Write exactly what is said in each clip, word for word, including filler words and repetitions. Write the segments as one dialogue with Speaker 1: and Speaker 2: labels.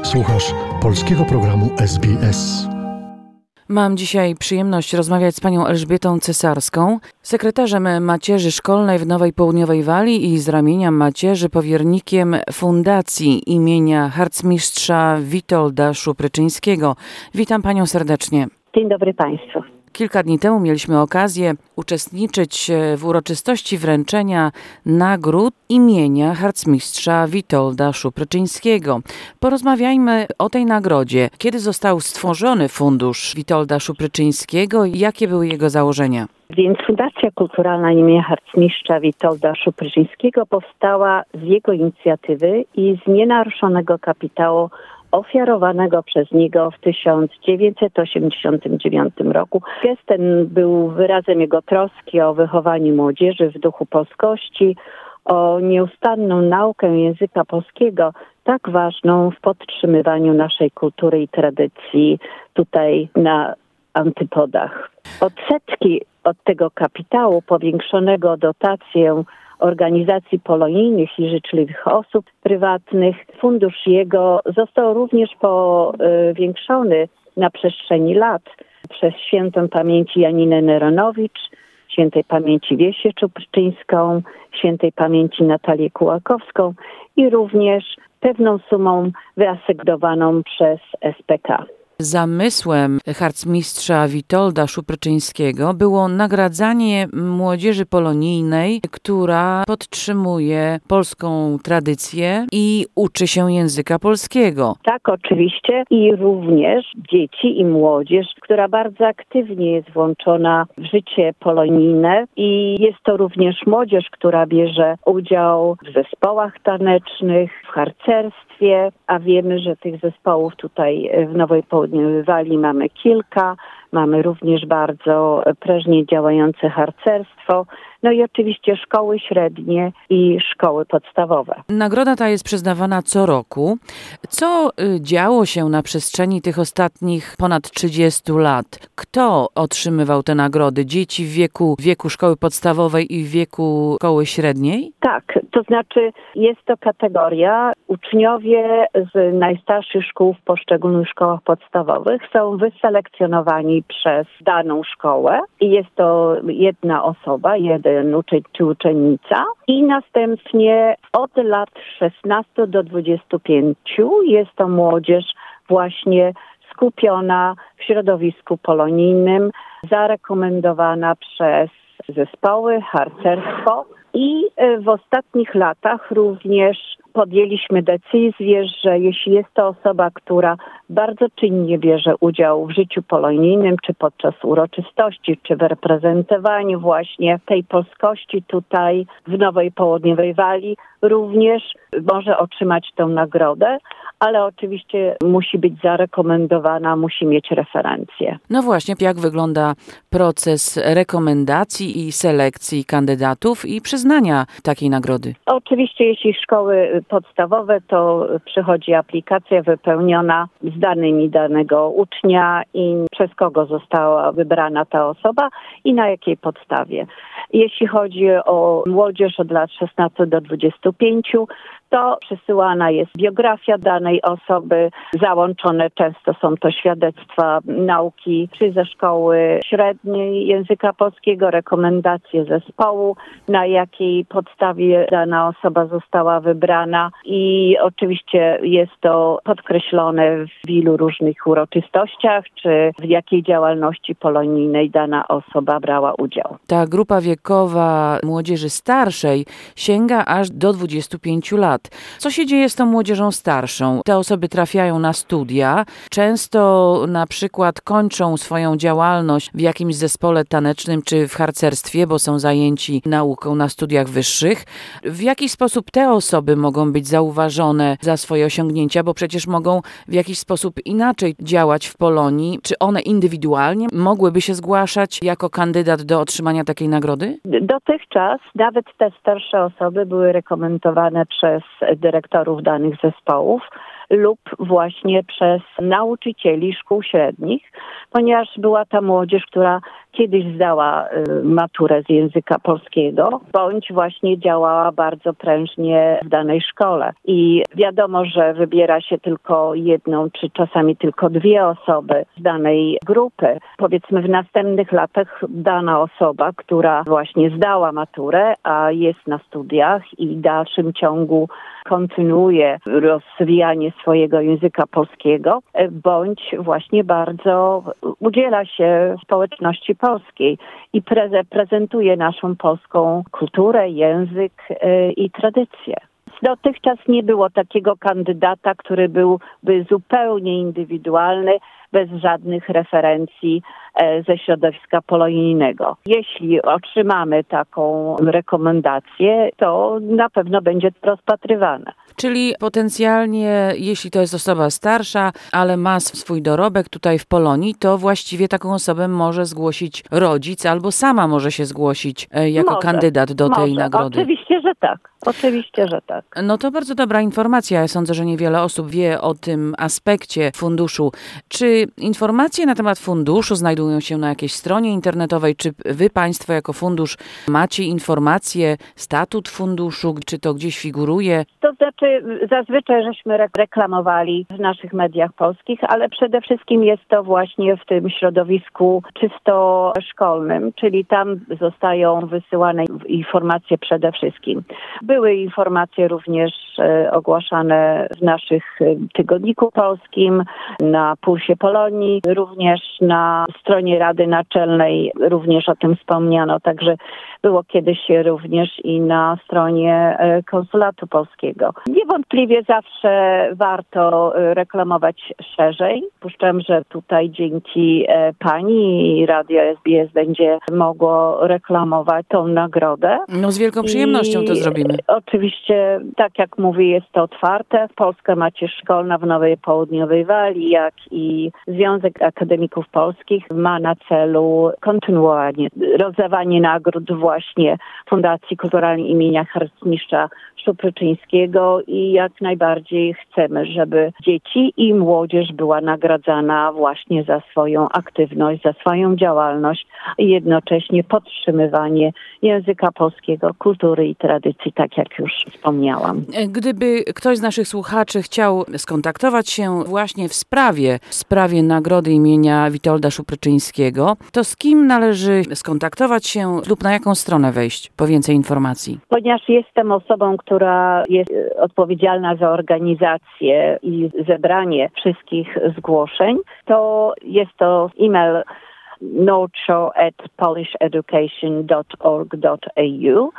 Speaker 1: Słuchasz polskiego programu S B S.
Speaker 2: Mam dzisiaj przyjemność rozmawiać z panią Elżbietą Cesarską, sekretarzem Macierzy Szkolnej w Nowej Południowej Walii i z ramienia Macierzy powiernikiem Fundacji imienia harcmistrza Witolda Szupryczyńskiego. Witam panią serdecznie.
Speaker 3: Dzień dobry państwu.
Speaker 2: Kilka dni temu mieliśmy okazję uczestniczyć w uroczystości wręczenia nagród imienia harcmistrza Witolda Szupryczyńskiego. Porozmawiajmy o tej nagrodzie. Kiedy został stworzony Fundusz Witolda Szupryczyńskiego i jakie były jego założenia?
Speaker 3: Więc Fundacja Kulturalna imienia harcmistrza Witolda Szupryczyńskiego powstała z jego inicjatywy i z nienaruszonego kapitału ofiarowanego przez niego w tysiąc dziewięćset osiemdziesiątym dziewiątym roku. Gest ten był wyrazem jego troski o wychowanie młodzieży w duchu polskości, o nieustanną naukę języka polskiego, tak ważną w podtrzymywaniu naszej kultury i tradycji tutaj na antypodach. Odsetki od tego kapitału powiększonego o dotację organizacji polonijnych i życzliwych osób prywatnych. Fundusz jego został również powiększony na przestrzeni lat przez świętą pamięci Janinę Neronowicz, świętej pamięci Wiesię Szupryczyńską, świętej pamięci Natalię Kułakowską i również pewną sumą wyasygnowaną przez S P K.
Speaker 2: Zamysłem harcmistrza Witolda Szupryczyńskiego było nagradzanie młodzieży polonijnej, która podtrzymuje polską tradycję i uczy się języka polskiego.
Speaker 3: Tak, oczywiście. I również dzieci i młodzież, która bardzo aktywnie jest włączona w życie polonijne i jest to również młodzież, która bierze udział w zespołach tanecznych, w harcerstwie, a wiemy, że tych zespołów tutaj w Nowej Południowej Walii mamy kilka. Mamy również bardzo prężnie działające harcerstwo, no i oczywiście szkoły średnie i szkoły podstawowe.
Speaker 2: Nagroda ta jest przyznawana co roku. Co działo się na przestrzeni tych ostatnich ponad trzydziestu lat? Kto otrzymywał te nagrody? Dzieci w wieku, w wieku szkoły podstawowej i w wieku szkoły średniej?
Speaker 3: Tak, to znaczy jest to kategoria. Uczniowie z najstarszych szkół w poszczególnych szkołach podstawowych są wyselekcjonowani przez daną szkołę i jest to jedna osoba, jeden uczeń czy uczennica i następnie od lat szesnastu do dwudziestu pięciu jest to młodzież właśnie skupiona w środowisku polonijnym, zarekomendowana przez zespoły, harcerstwo i w ostatnich latach również podjęliśmy decyzję, że jeśli jest to osoba, która bardzo czynnie bierze udział w życiu polonijnym, czy podczas uroczystości, czy w reprezentowaniu właśnie tej polskości tutaj w Nowej Południowej Walii, również może otrzymać tę nagrodę, ale oczywiście musi być zarekomendowana, musi mieć referencję.
Speaker 2: No właśnie, jak wygląda proces rekomendacji i selekcji kandydatów i przyznania takiej nagrody?
Speaker 3: Oczywiście, jeśli szkoły podstawowe, to przychodzi aplikacja wypełniona z danymi danego ucznia i przez kogo została wybrana ta osoba i na jakiej podstawie. Jeśli chodzi o młodzież od lat szesnastu do dwudziestu pięciu, to przesyłana jest biografia danej osoby. Załączone często są to świadectwa nauki czy ze szkoły średniej języka polskiego, rekomendacje zespołu, na jakiej podstawie dana osoba została wybrana i oczywiście jest to podkreślone w wielu różnych uroczystościach, czy w jakiej działalności polonijnej dana osoba brała udział.
Speaker 2: Ta grupa wiekowa młodzieży starszej sięga aż do dwudziestu pięciu lat. Co się dzieje z tą młodzieżą starszą? Te osoby trafiają na studia, często na przykład kończą swoją działalność w jakimś zespole tanecznym czy w harcerstwie, bo są zajęci nauką na studiach wyższych. W jaki sposób te osoby mogą być zauważone za swoje osiągnięcia, bo przecież mogą w jakiś sposób inaczej działać w Polonii? Czy one indywidualnie mogłyby się zgłaszać jako kandydat do otrzymania takiej nagrody?
Speaker 3: Dotychczas nawet te starsze osoby były rekomendowane przez dyrektorów danych zespołów lub właśnie przez nauczycieli szkół średnich, ponieważ była ta młodzież, która kiedyś zdała maturę z języka polskiego, bądź właśnie działała bardzo prężnie w danej szkole. I wiadomo, że wybiera się tylko jedną, czy czasami tylko dwie osoby z danej grupy. Powiedzmy w następnych latach dana osoba, która właśnie zdała maturę, a jest na studiach i w dalszym ciągu kontynuuje rozwijanie swojego języka polskiego, bądź właśnie bardzo udziela się społeczności polskiej i pre- prezentuje naszą polską kulturę, język yy, i tradycję. Dotychczas nie było takiego kandydata, który byłby zupełnie indywidualny, bez żadnych referencji e, ze środowiska polonijnego. Jeśli otrzymamy taką rekomendację, to na pewno będzie to rozpatrywane.
Speaker 2: Czyli potencjalnie, jeśli to jest osoba starsza, ale ma swój dorobek tutaj w Polonii, to właściwie taką osobę może zgłosić rodzic albo sama może się zgłosić jako
Speaker 3: może,
Speaker 2: kandydat do
Speaker 3: może.
Speaker 2: tej nagrody.
Speaker 3: Oczywiście, że tak. Oczywiście, że tak.
Speaker 2: No to bardzo dobra informacja. Ja sądzę, że niewiele osób wie o tym aspekcie funduszu. Czy informacje na temat funduszu znajdują się na jakiejś stronie internetowej? Czy wy państwo jako fundusz macie informacje, statut funduszu? Czy to gdzieś figuruje?
Speaker 3: To znaczy zazwyczaj żeśmy reklamowali w naszych mediach polskich, ale przede wszystkim jest to właśnie w tym środowisku czysto szkolnym, czyli tam zostają wysyłane informacje przede wszystkim. Były informacje również e, ogłaszane w naszych tygodniku polskim, na Pulsie Polonii, również na stronie Rady Naczelnej również o tym wspomniano, także było kiedyś również i na stronie e, Konsulatu Polskiego. Niewątpliwie zawsze warto reklamować szerzej. Przypuszczam, że tutaj dzięki e, pani Radio S B S będzie mogło reklamować tą nagrodę.
Speaker 2: No z wielką przyjemnością
Speaker 3: I
Speaker 2: to zrobimy.
Speaker 3: Oczywiście, tak jak mówię, jest to otwarte. Polska Macierz Szkolna w Nowej Południowej Walii, jak i Związek Akademików Polskich ma na celu kontynuowanie, rozdawanie nagród właśnie Fundacji Kulturalnej imienia harcmistrza Szupryczyńskiego i jak najbardziej chcemy, żeby dzieci i młodzież była nagradzana właśnie za swoją aktywność, za swoją działalność i jednocześnie podtrzymywanie języka polskiego, kultury i tradycji, tak jak już wspomniałam.
Speaker 2: Gdyby ktoś z naszych słuchaczy chciał skontaktować się właśnie w sprawie, w sprawie nagrody imienia Witolda Szupryczyńskiego, to z kim należy skontaktować się lub na jaką stronę wejść po więcej informacji?
Speaker 3: Ponieważ jestem osobą, która jest odpowiedzialna za organizację i zebranie wszystkich zgłoszeń, to jest to e-mail nordshow at polisheducation dot org dot a u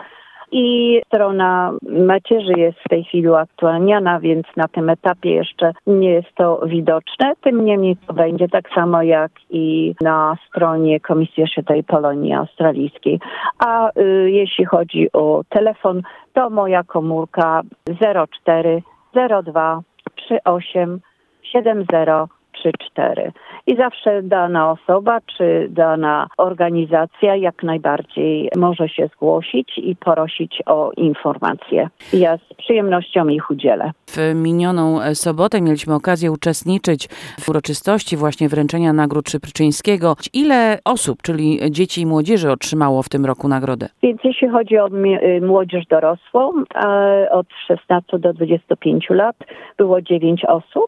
Speaker 3: i strona macierzy jest w tej chwili uaktualniana, więc na tym etapie jeszcze nie jest to widoczne. Tym niemniej to będzie tak samo jak i na stronie Komisji Oświatowej Polonii Australijskiej. A y, jeśli chodzi o telefon, to moja komórka zero cztery zero dwa trzy osiem siedem zero trzy cztery. I zawsze dana osoba czy dana organizacja jak najbardziej może się zgłosić i prosić o informacje. Ja z przyjemnością ich udzielę.
Speaker 2: W minioną sobotę mieliśmy okazję uczestniczyć w uroczystości właśnie wręczenia nagród Szupryczyńskiego. Ile osób, czyli dzieci i młodzieży otrzymało w tym roku nagrodę?
Speaker 3: Więc jeśli chodzi o młodzież dorosłą, od szesnastu do dwudziestu pięciu lat było dziewięć osób.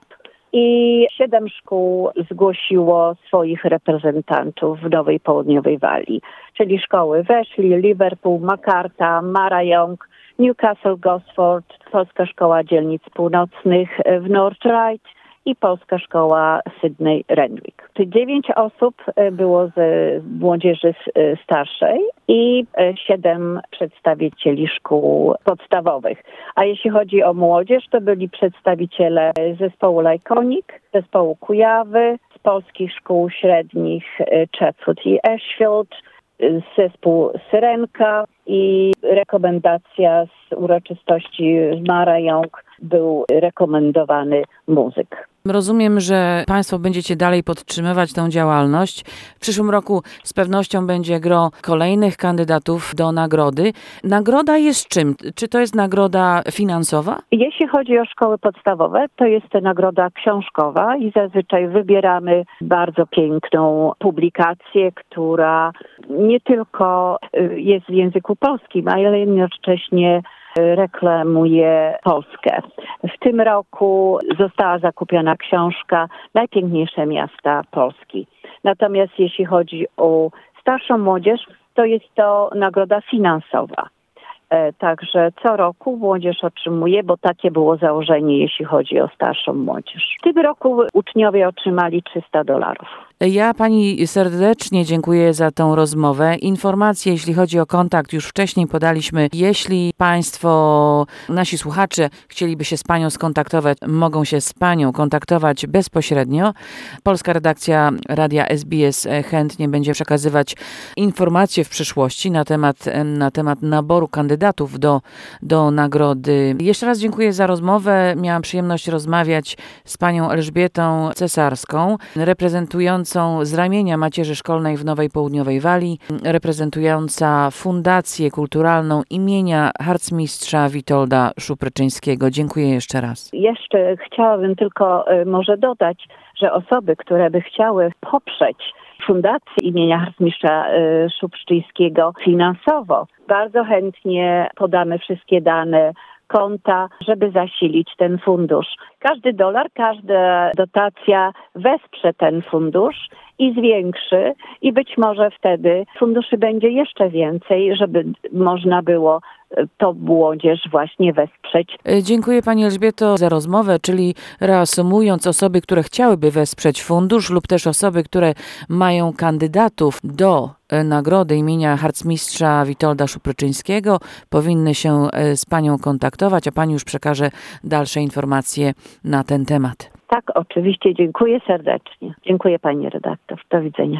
Speaker 3: I siedem szkół zgłosiło swoich reprezentantów w Nowej Południowej Walii, czyli szkoły Weszli, Liverpool, Macarthur, Marayong, Newcastle, Gosford, Polska Szkoła Dzielnic Północnych w Northright i Polska Szkoła Sydney Randwick. Tych dziewięć osób było z młodzieży starszej i siedem przedstawicieli szkół podstawowych. A jeśli chodzi o młodzież, to byli przedstawiciele zespołu Lajkonik, zespołu Kujawy, z polskich szkół średnich Chatwood i Ashfield, zespół Syrenka i rekomendacja z uroczystości z Marayong był rekomendowany muzyk.
Speaker 2: Rozumiem, że Państwo będziecie dalej podtrzymywać tę działalność. W przyszłym roku z pewnością będzie gro kolejnych kandydatów do nagrody. Nagroda jest czym? Czy to jest nagroda finansowa?
Speaker 3: Jeśli chodzi o szkoły podstawowe, to jest to nagroda książkowa i zazwyczaj wybieramy bardzo piękną publikację, która nie tylko jest w języku polskim, ale jednocześnie reklamuje Polskę. W tym roku została zakupiona książka Najpiękniejsze miasta Polski. Natomiast jeśli chodzi o starszą młodzież, to jest to nagroda finansowa. Także co roku młodzież otrzymuje, bo takie było założenie, jeśli chodzi o starszą młodzież. W tym roku uczniowie otrzymali trzysta dolarów.
Speaker 2: Ja Pani serdecznie dziękuję za tą rozmowę. Informacje, jeśli chodzi o kontakt, już wcześniej podaliśmy. Jeśli Państwo, nasi słuchacze, chcieliby się z Panią skontaktować, mogą się z Panią kontaktować bezpośrednio. Polska redakcja Radia S B S chętnie będzie przekazywać informacje w przyszłości na temat, na temat naboru kandydatów do, do nagrody. Jeszcze raz dziękuję za rozmowę. Miałam przyjemność rozmawiać z Panią Elżbietą Cesarską, reprezentującą z ramienia Macierzy Szkolnej w Nowej Południowej Walii, reprezentująca Fundację Kulturalną imienia harcmistrza Witolda Szupryczyńskiego. Dziękuję jeszcze raz.
Speaker 3: Jeszcze chciałabym tylko może dodać, że osoby, które by chciały poprzeć Fundację imienia harcmistrza Szupryczyńskiego finansowo, bardzo chętnie podamy wszystkie dane konta, żeby zasilić ten fundusz. Każdy dolar, każda dotacja wesprze ten fundusz i zwiększy i być może wtedy funduszy będzie jeszcze więcej, żeby można było to młodzież właśnie wesprzeć.
Speaker 2: Dziękuję Pani Elżbieto za rozmowę, czyli reasumując, osoby, które chciałyby wesprzeć fundusz lub też osoby, które mają kandydatów do nagrody imienia harcmistrza Witolda Szupryczyńskiego, powinny się z Panią kontaktować, a Pani już przekaże dalsze informacje na ten temat.
Speaker 3: Tak, oczywiście. Dziękuję serdecznie. Dziękuję Pani redaktor. Do widzenia.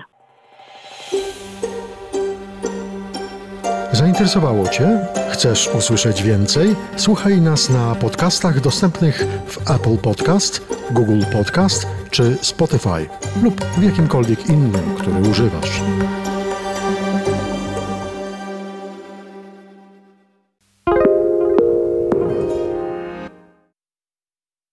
Speaker 1: Zainteresowało Cię? Chcesz usłyszeć więcej? Słuchaj nas na podcastach dostępnych w Apple Podcast, Google Podcast czy Spotify lub w jakimkolwiek innym, który używasz.